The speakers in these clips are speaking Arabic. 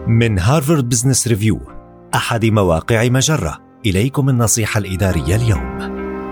من هارفارد بزنس ريفيو أحد مواقع مجرة، إليكم النصيحة الإدارية اليوم.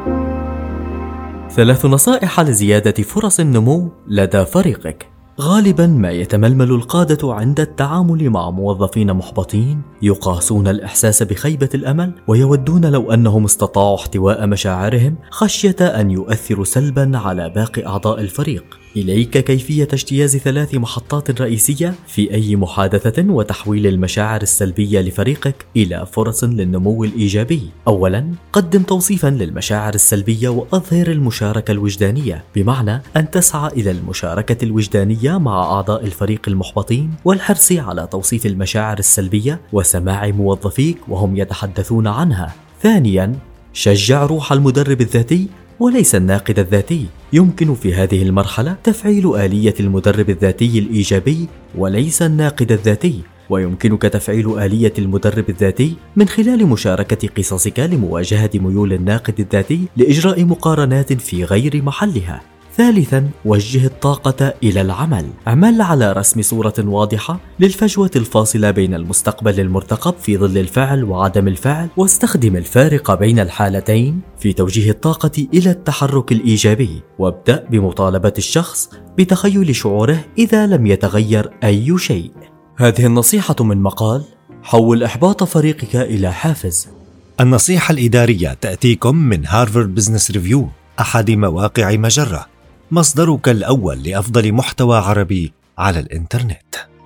3 نصائح لزيادة فرص النمو لدى فريقك. غالبا ما يتململ القادة عند التعامل مع موظفين محبطين يقاسون الإحساس بخيبة الأمل ويودون لو أنهم استطاعوا احتواء مشاعرهم خشية أن يؤثروا سلبا على باقي أعضاء الفريق. إليك كيفية اجتياز 3 محطات رئيسية في أي محادثة وتحويل المشاعر السلبية لفريقك إلى فرص للنمو الإيجابي. أولا، قدم توصيفا للمشاعر السلبية وأظهر المشاركة الوجدانية، بمعنى أن تسعى إلى المشاركة الوجدانية مع أعضاء الفريق المحبطين والحرص على توصيف المشاعر السلبية وسماع موظفيك وهم يتحدثون عنها. ثانيا، شجع روح المدرب الذاتي وليس الناقد الذاتي. يمكن في هذه المرحلة تفعيل آلية المدرب الذاتي الإيجابي وليس الناقد الذاتي، ويمكنك تفعيل آلية المدرب الذاتي من خلال مشاركة قصصك لمواجهة ميول الناقد الذاتي لإجراء مقارنات في غير محلها. ثالثا، وجه الطاقة إلى العمل. اعمل على رسم صورة واضحة للفجوة الفاصلة بين المستقبل المرتقب في ظل الفعل وعدم الفعل، واستخدم الفارق بين الحالتين في توجيه الطاقة إلى التحرك الإيجابي. وابدأ بمطالبة الشخص بتخيل شعوره إذا لم يتغير أي شيء. هذه النصيحة من مقال حول إحباط فريقك إلى حافز. النصيحة الإدارية تأتيكم من هارفارد بزنس ريفيو أحد مواقع مجرة، مصدرك الأول لأفضل محتوى عربي على الإنترنت.